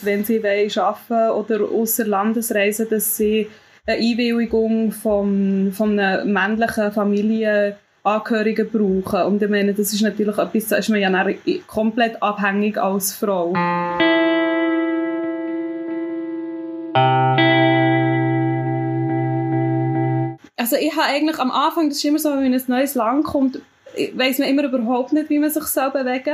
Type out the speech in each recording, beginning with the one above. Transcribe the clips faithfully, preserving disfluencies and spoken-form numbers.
wenn sie arbeiten oder ausser Landes reisen, dass sie eine Einwilligung von, von einer männlichen Familienangehörigen brauchen. Und ich meine, das ist natürlich etwas, da ist man ja komplett abhängig als Frau. Also ich habe eigentlich am Anfang, das ist immer so, wenn man in ein neues Land kommt, weiss man immer überhaupt nicht, wie man sich soll bewegen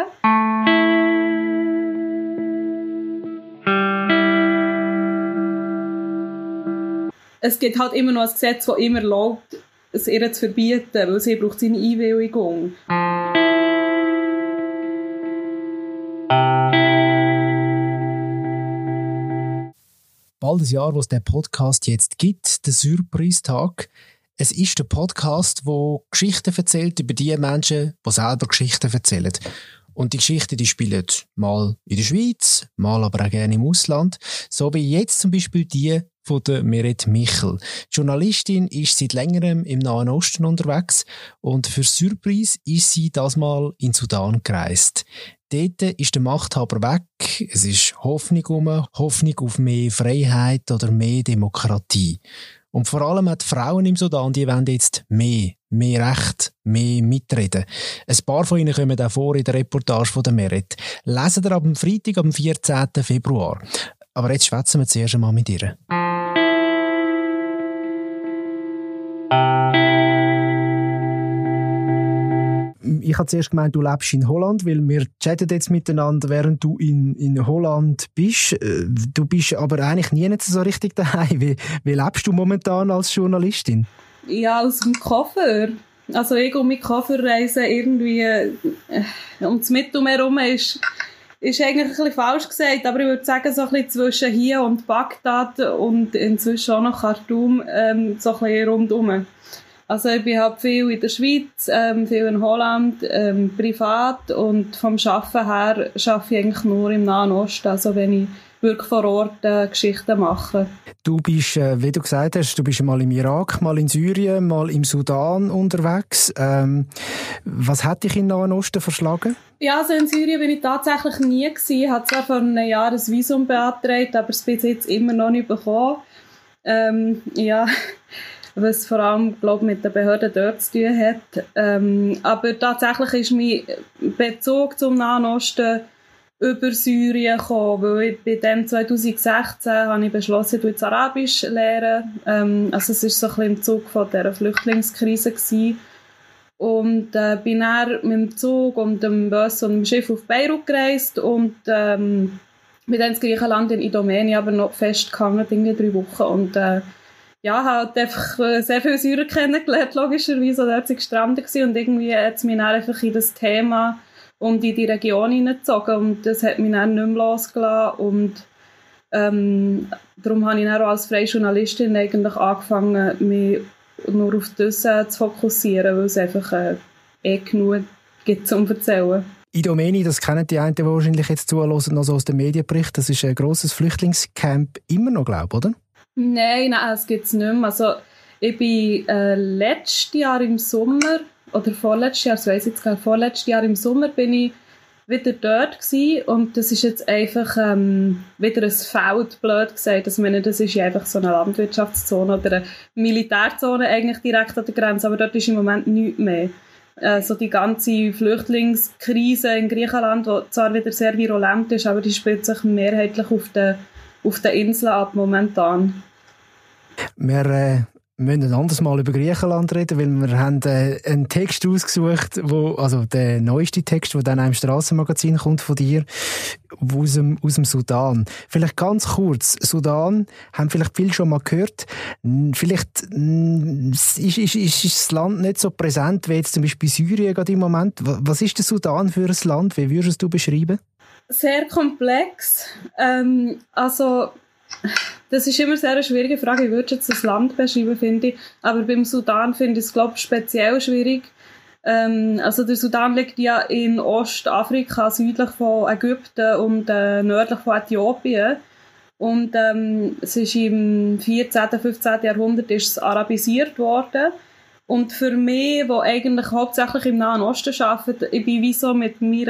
soll. Es gibt halt immer noch ein Gesetz, das immer erlaubt, es ihr zu verbieten, weil sie braucht seine Einwilligung. Bald ein Jahr, wo es den Podcast jetzt gibt, der Surprise-Tag. Es ist der Podcast, der Geschichten erzählt über die Menschen, die selber Geschichten erzählen. Und die Geschichten, die spielen mal in der Schweiz, mal aber auch gerne im Ausland. So wie jetzt zum Beispiel die von der Meret Michel. Die Journalistin ist seit längerem im Nahen Osten unterwegs und für Surprise ist sie das mal in Sudan gereist. Dort ist der Machthaber weg. Es ist Hoffnung um, Hoffnung auf mehr Freiheit oder mehr Demokratie. Und vor allem auch die Frauen im Sudan, die wollen jetzt mehr, mehr Recht, mehr mitreden. Ein paar von ihnen kommen auch vor in der Reportage von der Meret. Lesen ihr ab dem Freitag, am vierzehnten Februar. Aber jetzt schwätzen wir zuerst einmal mit ihr. Ich habe zuerst gemeint, du lebst in Holland, weil wir chatten jetzt miteinander, während du in, in Holland bist. Du bist aber eigentlich nie nicht so richtig daheim. Wie, wie lebst du momentan als Journalistin? Ja, aus dem Koffer. Also ich und mein Koffer reisen irgendwie äh, um das Mittelmeer herum ist, ist eigentlich ein bisschen falsch gesagt, aber ich würde sagen, so ein bisschen zwischen hier und Bagdad und inzwischen auch noch Khartoum, ähm, so ein bisschen rundherum. Also ich bin halt viel in der Schweiz, ähm, viel in Holland, ähm, privat und vom Arbeiten her arbeite ich eigentlich nur im Nahen Osten, also wenn ich wirklich vor Ort äh, Geschichten mache. Du bist, äh, wie du gesagt hast, du bist mal im Irak, mal in Syrien, mal im Sudan unterwegs. Ähm, was hat dich in den Nahen Osten verschlagen? Ja, also in Syrien bin ich tatsächlich nie gewesen. Ich habe zwar vor einem Jahr ein Visum beantragt, aber es bis jetzt immer noch nicht bekommen. Ähm, ja... was vor allem, glaube ich, mit den Behörden dort zu tun hat. Ähm, aber tatsächlich ist mein Bezug zum Nahen Osten über Syrien gekommen, weil ich bei dem zwanzig sechzehn habe ich beschlossen, ich jetzt Arabisch lernen. Ähm, also es war so ein bisschen im Zug von dieser Flüchtlingskrise gewesen. Und äh, bin dann mit dem Zug und dem Bus und dem Schiff auf Beirut gereist und ähm, bin dann ins Griechenland in Idomeni aber noch festgehangen, irgendwie drei Wochen. Und äh, ja, halt einfach sehr viele Syrer kennengelernt, logischerweise, und dort war ich gestrandet gewesen, und irgendwie hat es mich dann einfach in das Thema und in die Region hineingezogen und das hat mich dann nicht mehr losgelassen und ähm, darum habe ich dann auch als freie Journalistin eigentlich angefangen, mich nur auf das äh, zu fokussieren, weil es einfach äh, eh genug gibt zum Erzählen. Idomeni, das kennen die einen, die wahrscheinlich jetzt zuhören, noch so aus den Medienberichten, das ist ein grosses Flüchtlingscamp immer noch, glaube ich, oder? Nein, nein, es gibt es nicht mehr. Also, ich bin äh, letztes Jahr im Sommer, oder vorletztes Jahr, das weiss ich jetzt gar nicht, vorletztes Jahr im Sommer bin ich wieder dort gewesen, und das ist jetzt einfach ähm, wieder ein Feld, blöd gesagt. Also, ich meine, das ist ja einfach so eine Landwirtschaftszone oder eine Militärzone eigentlich direkt an der Grenze, aber dort ist im Moment nichts mehr. Also die ganze Flüchtlingskrise in Griechenland, die zwar wieder sehr virulent ist, aber die spielt sich mehrheitlich auf den, auf den Inseln ab momentan. Wir äh, müssen ein anderes Mal über Griechenland reden, weil wir haben äh, einen Text ausgesucht, wo, also der neueste Text, der dann im Strassenmagazin kommt von dir, aus dem, aus dem Sudan. Vielleicht ganz kurz, Sudan, haben vielleicht viele schon mal gehört, vielleicht ist, ist, ist, ist das Land nicht so präsent wie jetzt zum Beispiel Syrien gerade im Moment. Was ist der Sudan für ein Land? Wie würdest du beschreiben? Sehr komplex. Ähm, also das ist immer eine sehr schwierige Frage. Ich würde jetzt das Land beschreiben, finde ich. Aber beim Sudan finde ich es, glaube ich, speziell schwierig. Ähm, also der Sudan liegt ja in Ostafrika, südlich von Ägypten und äh, nördlich von Äthiopien. Und ähm, es ist im vierzehnten, fünfzehnten Jahrhundert ist es arabisiert worden. Und für mich, die eigentlich hauptsächlich im Nahen Osten arbeitet, ich bin wie so mit meiner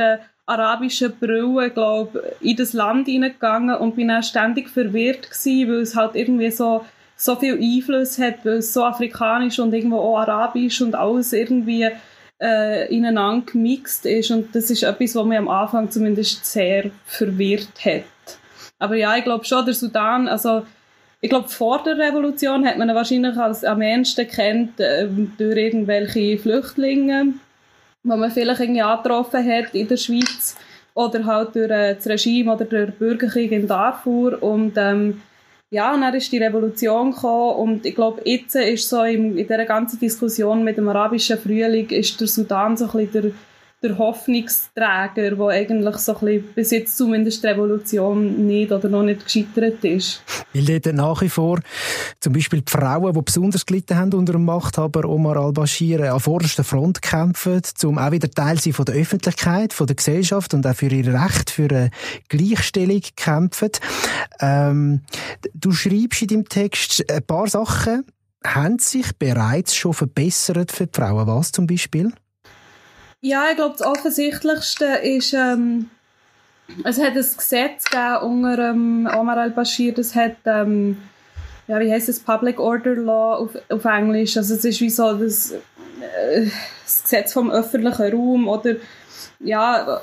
arabischen Brille, glaube in das Land hineingegangen und bin dann ständig verwirrt gewesen, weil es halt irgendwie so, so viel Einfluss hat, weil es so afrikanisch und irgendwo auch arabisch und alles irgendwie äh, ineinander gemixt ist. Und das ist etwas, was mich am Anfang zumindest sehr verwirrt hat. Aber ja, ich glaube schon, der Sudan, also ich glaube, vor der Revolution hat man ihn wahrscheinlich als am ehesten kennt äh, durch irgendwelche Flüchtlinge, die man vielleicht irgendwie angetroffen hat in der Schweiz, oder halt durch äh, das Regime oder durch den Bürgerkrieg in Darfur. Und ähm, ja, und dann ist die Revolution gekommen und ich glaube, jetzt ist so in, in dieser ganzen Diskussion mit dem arabischen Frühling ist der Sudan so ein bisschen der der Hoffnungsträger, der eigentlich so ein bisschen bis jetzt zumindest die Revolution nicht oder noch nicht gescheitert ist. Weil dort nach wie vor zum Beispiel die Frauen, die besonders gelitten haben unter dem Machthaber Omar al-Bashir, an vorderster Front kämpfen, um auch wieder Teil sein von der Öffentlichkeit, von der Gesellschaft und auch für ihr Recht, für eine Gleichstellung kämpfen. Ähm, du schreibst in deinem Text ein paar Sachen, haben sich bereits schon verbessert für die Frauen. Was zum Beispiel? Ja, ich glaube, das Offensichtlichste ist, ähm, es hat ein Gesetz gegeben unter ähm, Omar al-Bashir, das hat, ähm, ja, wie heisst das, Public Order Law auf, auf Englisch, also es ist wie so das, äh, das Gesetz vom öffentlichen Raum oder, ja,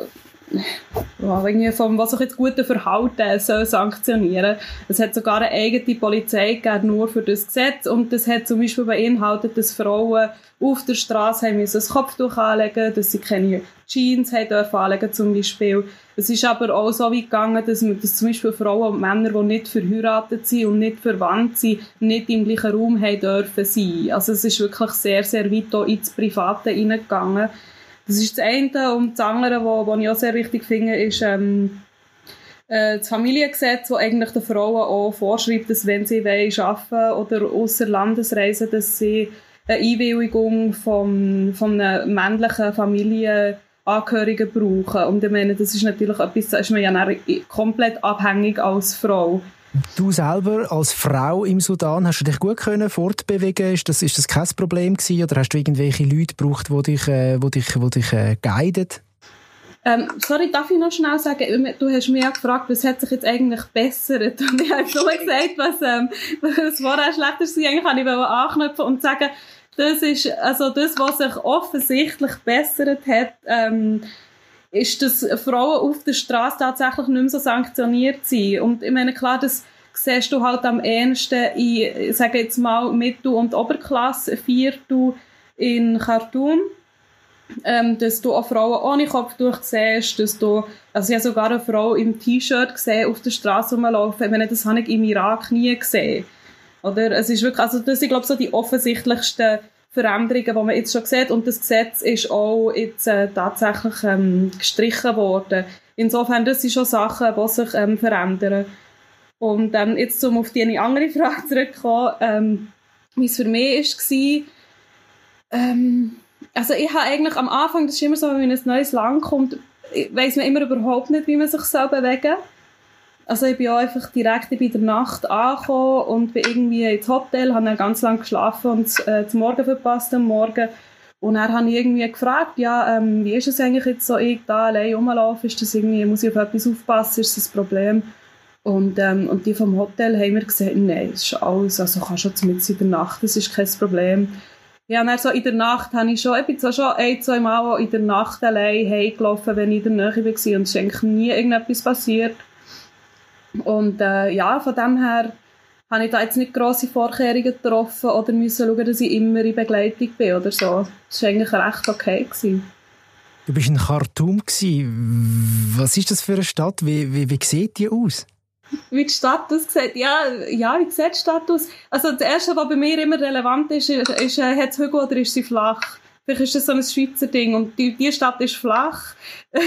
ja, irgendwie vom, was auch jetzt gute Verhalten soll sanktionieren. Es hat sogar eine eigene Polizei gegeben, nur für das Gesetz, und das hat zum Beispiel beinhaltet, dass Frauen auf der Straße haben müssen das Kopftuch anlegen, dass sie keine Jeans haben dürfen anlegen zum Beispiel. Es ist aber auch so weit gegangen, dass, man, dass zum Beispiel Frauen und Männer, die nicht verheiratet sind und nicht verwandt sind, nicht im gleichen Raum haben dürfen sein. Also es ist wirklich sehr, sehr weit auch ins Private hineingegangen. Das ist das eine. Und das andere, was ich auch sehr wichtig finde, ist ähm, äh, das Familiengesetz, das eigentlich den Frauen auch vorschreibt, dass wenn sie arbeiten wollen oder ausser Landes reisen, dass sie eine Einwilligung von, von einem männlichen Familienangehörigen brauchen. Und ich meine, das ist natürlich etwas, da ist man ja komplett abhängig als Frau. Du selber als Frau im Sudan, hast du dich gut können fortbewegen? Ist das, ist das kein Problem gewesen? Oder hast du irgendwelche Leute gebraucht, die dich, äh, die dich, die dich äh, guiden? Ähm, sorry, darf ich noch schnell sagen, du hast mich ja gefragt, was hat sich jetzt eigentlich bessert? Und ich habe nur gesagt, was, ähm, was vorher schlechter war. Eigentlich kann ich anknüpfen und sagen, das ist, also das, was sich offensichtlich bessert hat, ähm, ist, dass Frauen auf der Straße tatsächlich nicht mehr so sanktioniert sind. Und ich meine, klar, das siehst du halt am ehesten in, ich sage jetzt mal, Mittel- und Oberklasse, Viertel in Khartoum. Ähm, dass du auch Frauen ohne Kopftuch siehst, dass du, also ich habe sogar eine Frau im T-Shirt gesehen, auf der Straße rumlaufen. Ich meine, das habe ich im Irak nie gesehen. Oder? Es ist wirklich, also das sind, glaube ich, so die offensichtlichsten Veränderungen, die man jetzt schon sieht. Und das Gesetz ist auch jetzt äh, tatsächlich ähm, gestrichen worden. Insofern, das sind schon Sachen, die sich ähm, verändern. Und ähm, jetzt, um auf die andere Frage zurückzukommen, ähm, wie es für mich war, ähm, also ich habe eigentlich am Anfang, das ist immer so, wenn man in ein neues Land kommt, weiss man immer überhaupt nicht, wie man sich so bewegen soll. Also ich bin auch einfach direkt in der Nacht angekommen und bin irgendwie ins Hotel, habe dann ganz lange geschlafen und äh, das Morgen verpasst am Morgen. Und dann habe ich irgendwie gefragt, ja, ähm, wie ist es eigentlich jetzt so, ich da allein rumlaufe, ist das irgendwie, muss ich auf etwas aufpassen, ist das ein Problem? Und, ähm, und die vom Hotel haben mir gesagt, nein, das ist alles, also kannst schon mitten in der Nacht, das ist kein Problem. Ja, und dann so in der Nacht habe ich schon, ich bin so schon ein, zwei Mal in der Nacht allein heimgelaufen, wenn ich in der Nähe war, und es ist eigentlich nie irgendetwas passiert. Und äh, ja, von dem her habe ich da jetzt nicht grosse Vorkehrungen getroffen oder müssen schauen, dass ich immer in Begleitung bin oder so. Das war eigentlich recht okay gewesen. Du warst in Khartoum. Was ist das für eine Stadt? Wie, wie, wie sieht die aus? Wie die Stadt aussieht? Ja, ja, wie sieht die Stadt aus? Also das Erste, was bei mir immer relevant ist, ist, ist äh, hat es Hügel oder ist sie flach? Vielleicht ist das so ein Schweizer Ding und die, die Stadt ist flach.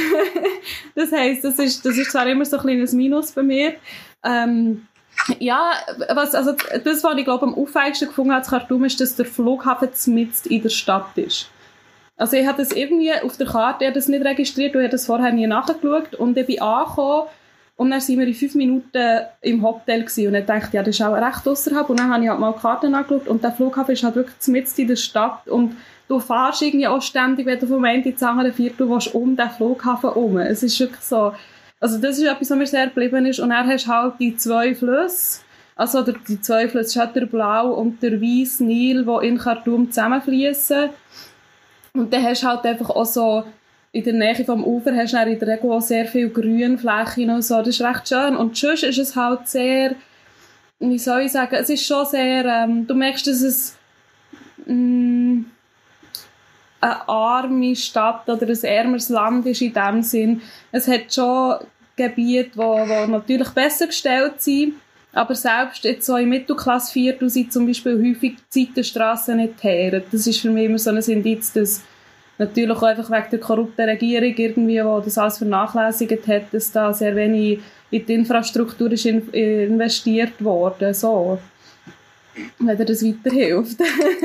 Das heisst, das ist, das ist zwar immer so ein kleines Minus bei mir. Ähm, ja, was, also das, was ich glaube am auffälligsten gefunden habe in Khartoum, ist, dass der Flughafen mitten in der Stadt ist. Also ich habe das irgendwie auf der Karte, ich habe das nicht registriert, ich habe das vorher nie nachgeschaut und ich bin angekommen und dann waren wir in fünf Minuten im Hotel gewesen. Und ich dachte, ja, das ist auch recht ausserhalb. Und dann habe ich halt mal die Karten angeschaut und der Flughafen ist halt wirklich mitten in der Stadt und du fährst irgendwie auch ständig, wenn du vom einen ins andere Viertel willst, um den Flughafen herum. Es ist wirklich so, also das ist etwas, was mir sehr geblieben ist. Und dann hast du halt die zwei Flüsse, also die zwei Flüsse, ist halt der Blau und der Weiss Nil, die in Khartoum zusammenfließen. Und dann hast du halt einfach auch so, in der Nähe vom Ufer hast du dann in der Regel auch sehr viel Grünflächen und so. Das ist recht schön. Und sonst ist es halt sehr, wie soll ich sagen, es ist schon sehr, ähm, du merkst, dass es mh, eine arme Stadt oder ein ärmeres Land ist in dem Sinn. Es hat schon Gebiete, die wo, wo natürlich besser gestellt sind, aber selbst jetzt so im Mittelklassviertel sind zum Beispiel häufig die Seitenstrassen nicht her. Das ist für mich immer so ein Indiz, dass natürlich auch einfach wegen der korrupten Regierung irgendwie, die das alles vernachlässigt hat, dass da sehr wenig in die Infrastruktur ist in, investiert worden. So. Wenn dir das weiterhilft.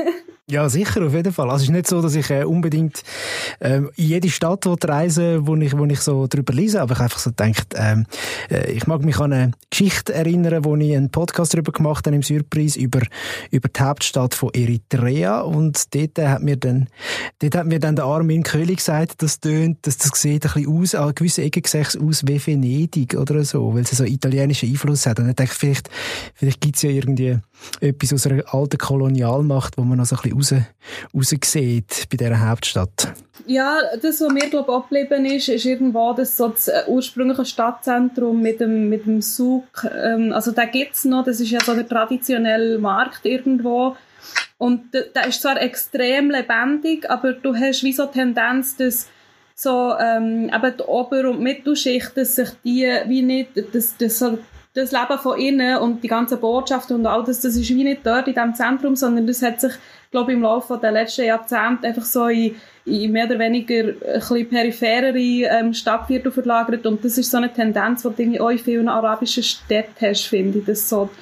Ja, sicher, auf jeden Fall. Also es ist nicht so, dass ich äh, unbedingt ähm, in jede Stadt reise, wo ich, wo ich so drüber lese, aber ich einfach so gedacht, ähm, äh, ich mag mich an eine Geschichte erinnern, wo ich einen Podcast darüber gemacht habe im Surprise über, über die Hauptstadt von Eritrea, und dort hat mir dann, dort hat mir dann der Armin Köhli gesagt, das tönt, dass das sieht ein bisschen aus, an gewissen Ecken sieht es aus wie Venedig oder so, weil es so italienischen Einfluss hat. Und ich dachte, vielleicht, vielleicht gibt es ja irgendwie etwas aus einer alten Kolonialmacht, wo man noch so ein bisschen raus, raus sieht bei dieser Hauptstadt. Ja, das, was mir glaube auch geblieben ist, ist irgendwo das, so das ursprüngliche Stadtzentrum mit dem, mit dem Souk. Ähm, also da gibt es noch, das ist ja so der traditionelle Markt irgendwo. Und der, der ist zwar extrem lebendig, aber du hast wie so die Tendenz, dass so ähm, eben die Ober- und Mittelschicht, dass sich die wie nicht, das, das so das Leben von innen und die ganze Botschaft und all das, das ist wie nicht dort in diesem Zentrum, sondern das hat sich, glaube ich, im Laufe der letzten Jahrzehnte einfach so in, in mehr oder weniger ein bisschen peripherere ähm, Stadtviertel verlagert, und das ist so eine Tendenz, die du irgendwie auch in vielen arabischen Städten hast, finde ich. Das so,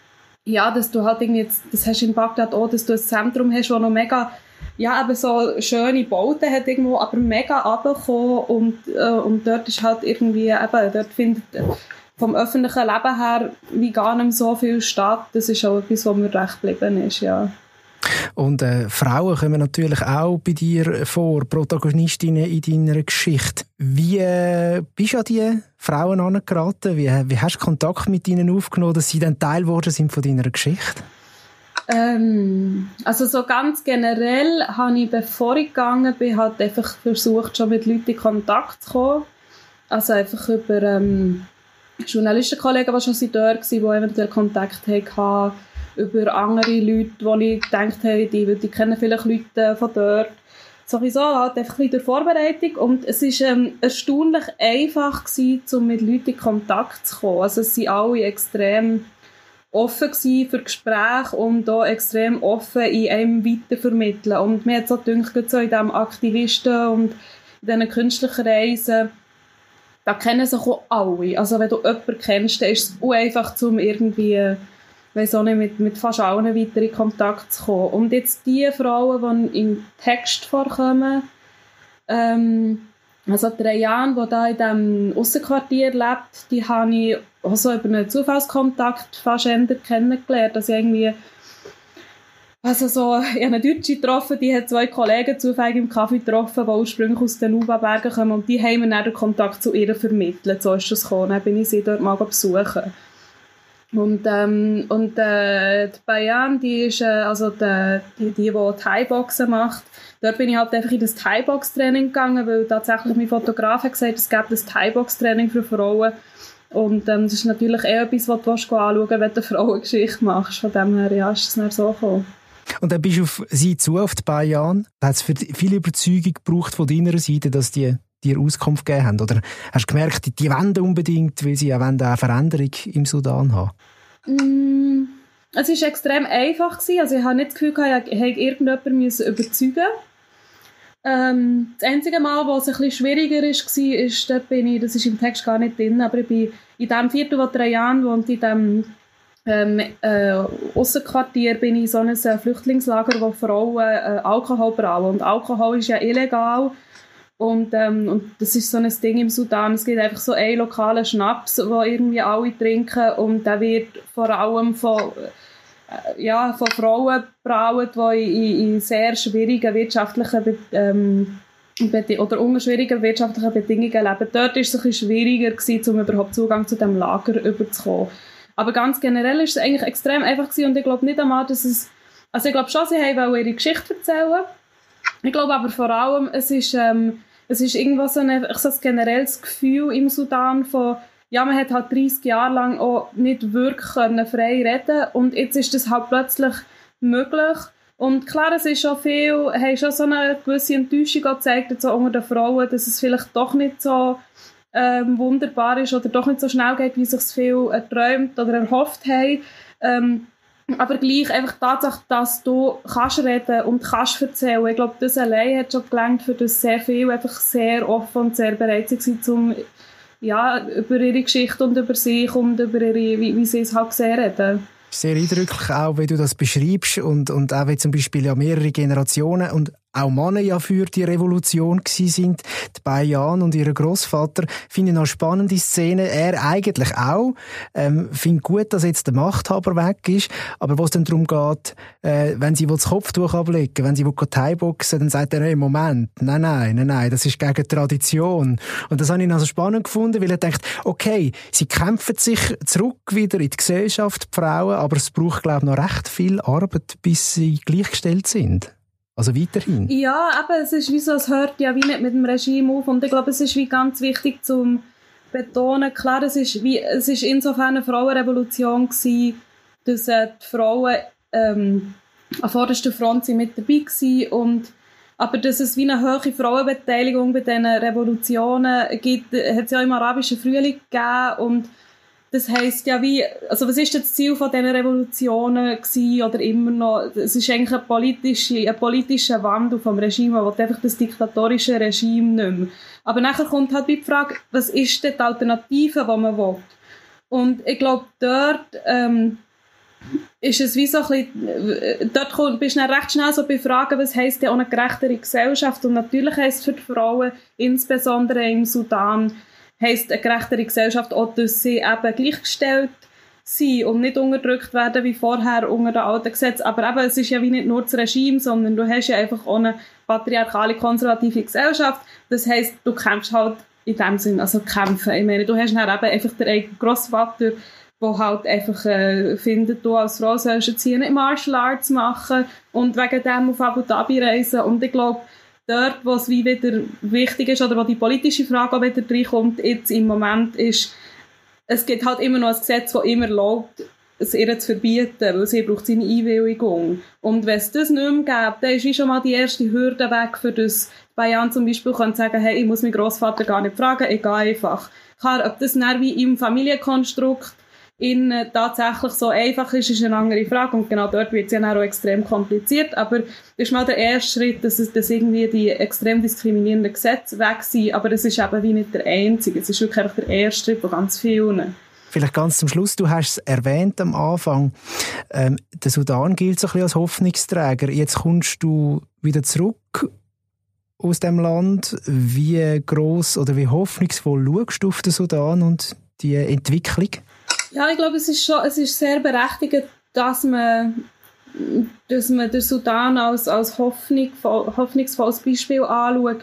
ja, dass du halt irgendwie, jetzt, das hast du in Bagdad auch, dass du ein Zentrum hast, das noch mega, ja, eben so schöne Bauten hat irgendwo, aber mega runtergekommen, und, äh, und dort ist halt irgendwie, eben, dort findet vom öffentlichen Leben her wie gar nicht so viel statt. Das ist auch etwas, was mir recht geblieben ist, ja. Und äh, Frauen kommen natürlich auch bei dir vor, Protagonistinnen in deiner Geschichte. Wie äh, bist du an diese Frauen herangeraten? Wie, wie hast du Kontakt mit ihnen aufgenommen, dass sie dann Teil geworden sind von deiner Geschichte? Ähm, also so ganz generell habe ich, bevor ich gegangen bin, halt einfach versucht, schon mit Leuten in Kontakt zu kommen. Also einfach über ähm, Journalistenkollegen, die schon dort waren, die eventuell Kontakt hatten, über andere Leute, wo ich gedacht habe, die, die kennen vielleicht Leute von dort. Sowieso halt einfach in der Vorbereitung, und es war ähm, erstaunlich einfach gewesen, um mit Leuten in Kontakt zu kommen. Also es waren alle extrem offen gewesen für Gespräche und auch extrem offen in einem weitervermitteln. Und mir hat so gedacht, so in diesem Aktivisten und in diesen Künstlerkreisen, da kennen sich auch alle. Also wenn du jemanden kennst, dann ist es auch einfach, um irgendwie, weiss auch nicht, mit, mit fast allen weiter in Kontakt zu kommen. Und jetzt die Frauen, die im Text vorkommen, ähm, also die Rayan, die da in diesem Aussenquartier lebt, die habe ich auch so über einen Zufallskontakt fast kennengelernt. Also irgendwie, also so, ich habe eine Deutsche getroffen, die hat zwei Kollegen zufällig im Kaffee getroffen, die ursprünglich aus den Nuba-Bergen kommen, und die haben mir dann den Kontakt zu ihr vermittelt. So ist das gekommen. Dann bin ich sie dort mal besuchen. Und, ähm, und äh, die Bayan, die ist, äh, also die, die, die, die Thai-Boxen macht, dort bin ich halt einfach in das Thai-Box-Training gegangen, weil tatsächlich mein Fotograf hat gesagt, es gibt ein Thai-Box-Training für Frauen. Und ähm, das ist natürlich eher etwas, was du anschauen willst, wenn du eine Frauengeschichte machst. Von dem her, ja, ist es dann so gekommen. Und dann bist du auf sie zu, auf die Bayan. Hat es viel Überzeugung gebraucht von deiner Seite, dass die dir Auskunft gegeben haben? Oder hast du gemerkt, die, die wollen unbedingt, weil sie auch eine Veränderung im Sudan haben? Mm, es war extrem einfach gewesen. Also ich habe nicht das Gefühl, ich hätte irgendjemanden überzeugen. Ähm, das einzige Mal, wo es ein bisschen schwieriger war, ist, dort bin ich, das ist im Text gar nicht drin, aber ich bin in dem Viertel, wo Rayan wohnt, in dem ähm, äh, Aussenquartier, bin ich in so einem Flüchtlingslager, wo Frauen äh, Alkohol brauen. Und Alkohol ist ja illegal. Und, ähm, und das ist so ein Ding im Sudan. Es gibt einfach so einen lokalen Schnaps, den irgendwie alle trinken. Und der wird vor allem von äh, ja, von Frauen braut, die in, in sehr schwierigen wirtschaftlichen ähm, oder unter schwierigen wirtschaftlichen Bedingungen leben. Dort war es ein bisschen schwieriger gewesen, um überhaupt Zugang zu diesem Lager überzukommen. Aber ganz generell war es eigentlich extrem einfach gewesen, und ich glaube nicht einmal, dass es, also ich glaube schon, sie wollten ihre Geschichte erzählen. Ich glaube aber vor allem, es ist, ähm, es ist irgendwo so ein, so ein generelles Gefühl im Sudan von, ja, man hat halt dreißig Jahre lang auch nicht wirklich können frei reden, und jetzt ist das halt plötzlich möglich. Und klar, es ist schon viel, haben schon so eine gewisse Enttäuschung gezeigt, so unter den Frauen, dass es vielleicht doch nicht so ähm, wunderbar ist oder doch nicht so schnell geht, wie sich es viel erträumt oder erhofft haben. Ähm, aber gleich einfach die Tatsache, dass du kannst reden und kannst erzählen. Ich glaube, das allein hat schon gelangt, für das sehr viel einfach sehr offen und sehr bereit waren, um ja, über ihre Geschichte und über sich und über ihre, wie, wie sie es halt gesehen reden. Sehr eindrücklich auch, wie du das beschreibst, und, und auch wie zum Beispiel ja mehrere Generationen und auch Männer ja für die Revolution gsi sind, die Bayan und ihr Großvater. Finde ich eine spannende Szene. Er eigentlich auch. Ähm, finde gut, dass jetzt der Machthaber weg ist. Aber wo es dann darum geht, äh, wenn sie das Kopftuch ablegen, wenn sie Thai-Boxen, dann sagt er, hey, Moment, nein, nein, nein, nein, das ist gegen Tradition. Und das habe ich also spannend gefunden, weil er denkt, okay, sie kämpfen sich zurück wieder in die Gesellschaft, die Frauen, aber es braucht, glaube ich, noch recht viel Arbeit, bis sie gleichgestellt sind. Also weiterhin. Ja, aber es ist wie so, es hört ja wie nicht mit dem Regime auf, und ich glaube, es ist wie ganz wichtig zu betonen, klar, es ist, wie, es ist insofern eine Frauenrevolution gewesen, dass äh, die Frauen ähm, an vorderster Front sind mit dabei waren, und aber dass es wie eine hohe Frauenbeteiligung bei diesen Revolutionen gibt, hat es ja im arabischen Frühling gegeben, und das heisst ja wie, also was ist das Ziel von diesen Revolutionen gewesen, oder immer noch? Es ist eigentlich ein politischer, ein politischer Wandel vom Regime, man will einfach das diktatorische Regime nicht mehr. Aber nachher kommt halt die Frage, was ist denn die Alternative, die man will? Und ich glaube, dort ähm, ist es wie so ein bisschen, dort kommt, bist du dann recht schnell so bei Fragen, was heisst denn auch eine gerechtere Gesellschaft? Und natürlich heisst es für die Frauen, insbesondere im Sudan, heisst eine gerechtere Gesellschaft auch, dass sie eben gleichgestellt sind und nicht unterdrückt werden wie vorher unter den alten Gesetzen. Aber eben, es ist ja wie nicht nur das Regime, sondern du hast ja einfach auch eine patriarchale, konservative Gesellschaft. Das heisst, du kämpfst halt in dem Sinn, also kämpfen. Ich meine, du hast dann eben einfach den eigenen Grossvater, der halt einfach äh, findet, du als Frau sollst jetzt hier nicht Martial Arts machen und wegen dem auf Abu Dhabi reisen. Und ich glaube, dort, wo es wie wieder wichtig ist, oder wo die politische Frage auch wieder reinkommt, jetzt im Moment ist, es gibt halt immer noch ein Gesetz, das immer erlaubt, es ihr zu verbieten, weil sie braucht seine Einwilligung. Und wenn es das nicht mehr gibt, dann ist wie schon mal die erste Hürde weg, für das Bayan zum Beispiel können sagen, hey, ich muss meinen Grossvater gar nicht fragen, ich gehe einfach. Klar, ob das dann wie im Familienkonstrukt in tatsächlich so einfach ist, ist eine andere Frage. Und genau dort wird es ja dann auch extrem kompliziert. Aber das ist mal der erste Schritt, dass, es, dass irgendwie die extrem diskriminierenden Gesetze weg sind. Aber das ist eben wie nicht der einzige. Es ist wirklich einfach der erste Schritt von ganz vielen. Vielleicht ganz zum Schluss, du hast es erwähnt am Anfang, ähm, der Sudan gilt so ein bisschen als Hoffnungsträger. Jetzt kommst du wieder zurück aus dem Land. Wie gross oder wie hoffnungsvoll schaust du auf den Sudan und die Entwicklung? Ja, ich glaube, es ist schon, es ist sehr berechtigt, dass man, dass man den Sudan als, als Hoffnung, hoffnungsvolles Beispiel anschaut.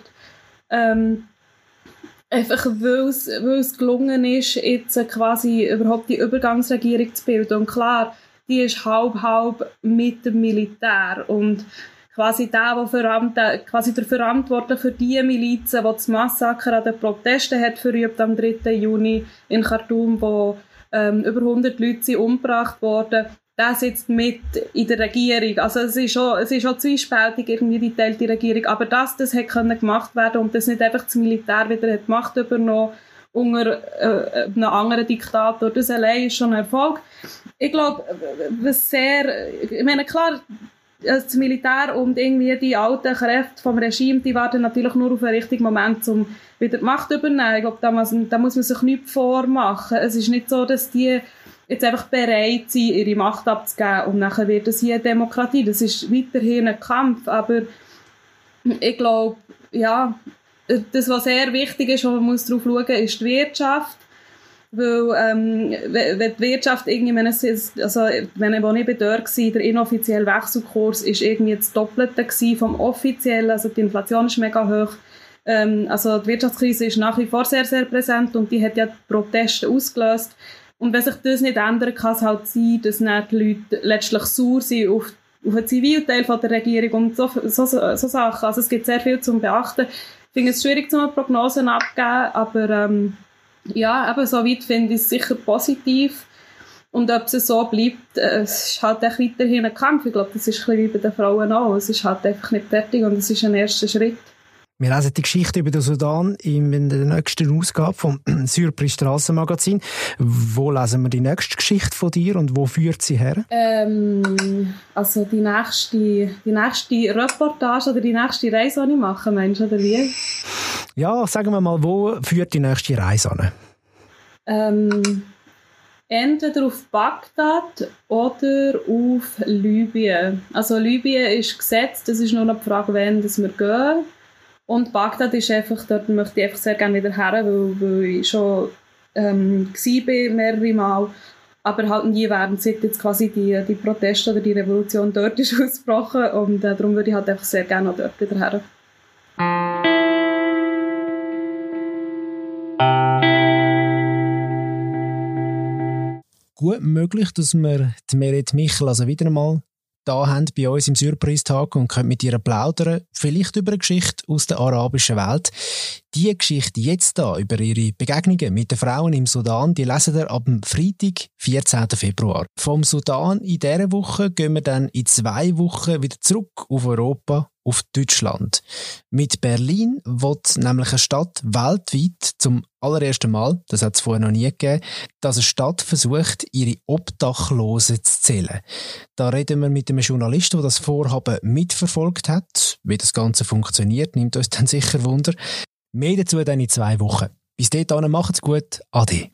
Ähm, einfach, weil es, weil es gelungen ist, jetzt quasi überhaupt die Übergangsregierung zu bilden. Und klar, die ist halb, halb mit dem Militär. Und quasi der, der verant, quasi der Verantwortliche für die Milizen, die das Massaker an den Protesten hat verübt am dritten Juni in Khartoum, wo ähm, über hundert Leute sind umgebracht worden, der sitzt mit in der Regierung. Also es ist schon, es ist schon zwiespältig, irgendwie die geteilte Regierung. Aber dass das hat können gemacht werden und das nicht einfach das Militär wieder hat Macht übernommen unter äh, einem anderen Diktator, das allein ist schon ein Erfolg. Ich glaube, was sehr, ich meine, klar, das Militär und irgendwie die alten Kräfte vom Regime, die warten natürlich nur auf den richtigen Moment, um wieder die Macht zu übernehmen. Ich glaube, da muss, da muss man sich nichts vormachen. Es ist nicht so, dass die jetzt einfach bereit sind, ihre Macht abzugeben und nachher wird es hier eine Demokratie. Das ist weiterhin ein Kampf, aber ich glaube, ja, das, was sehr wichtig ist, wo man muss drauf schauen muss, ist die Wirtschaft. Weil, ähm, wenn die Wirtschaft irgendwie, wenn es, also, wenn ich, wo ich dort war, der inoffizielle Wechselkurs ist irgendwie das Doppelte gewesen vom offiziellen, also die Inflation ist mega hoch. Ähm, also die Wirtschaftskrise ist nach wie vor sehr, sehr präsent und die hat ja die Proteste ausgelöst. Und wenn sich das nicht ändert, kann es halt sein, dass dann die Leute letztlich sauer sind auf, auf den Zivilteil von der Regierung und so, so, so, so Sachen. Also es gibt sehr viel zu beachten. Ich finde es schwierig, zu Prognosen abzugeben, aber ähm, ja, eben so weit finde ich es sicher positiv. Und ob es so bleibt, äh, es ist halt auch weiterhin ein Kampf. Ich glaube, das ist ein bisschen wie bei den Frauen auch. Es ist halt einfach nicht fertig und es ist ein erster Schritt. Wir lesen die Geschichte über den Sudan in der nächsten Ausgabe vom Surprise Strassenmagazin. Wo lesen wir die nächste Geschichte von dir und wo führt sie her? Ähm, also die nächste, die nächste Reportage oder die nächste Reise, die ich mache, meinst du, oder wie? Ja, sagen wir mal, wo führt die nächste Reise an? Ähm, entweder auf Bagdad oder auf Libyen. Also Libyen ist gesetzt, das ist nur noch die Frage, wann dass wir gehen. Und Bagdad ist einfach, dort möchte ich einfach sehr gerne wieder her, weil, weil ich schon ähm, war, mehrere Mal, aber halt nie während seit jetzt quasi die, die Proteste oder die Revolution dort ist ausgebrochen und äh, darum würde ich halt einfach sehr gerne auch dort wieder her. Gut möglich, dass wir die Meret Michel also wieder einmal da haben bei uns im Surprise-Tag und können mit ihr plaudern, vielleicht über eine Geschichte aus der arabischen Welt. Die Geschichte jetzt da über ihre Begegnungen mit den Frauen im Sudan, die lesen wir ab dem Freitag, vierzehnten Februar. Vom Sudan in dieser Woche gehen wir dann in zwei Wochen wieder zurück auf Europa, auf Deutschland. Mit Berlin wird nämlich eine Stadt weltweit zum allerersten Mal, das hat es vorher noch nie gegeben, dass eine Stadt versucht, ihre Obdachlosen zu zählen. Da reden wir mit einem Journalisten, der das Vorhaben mitverfolgt hat. Wie das Ganze funktioniert, nimmt uns dann sicher Wunder. Mehr dazu dann in zwei Wochen. Bis dahin, macht's gut. Ade.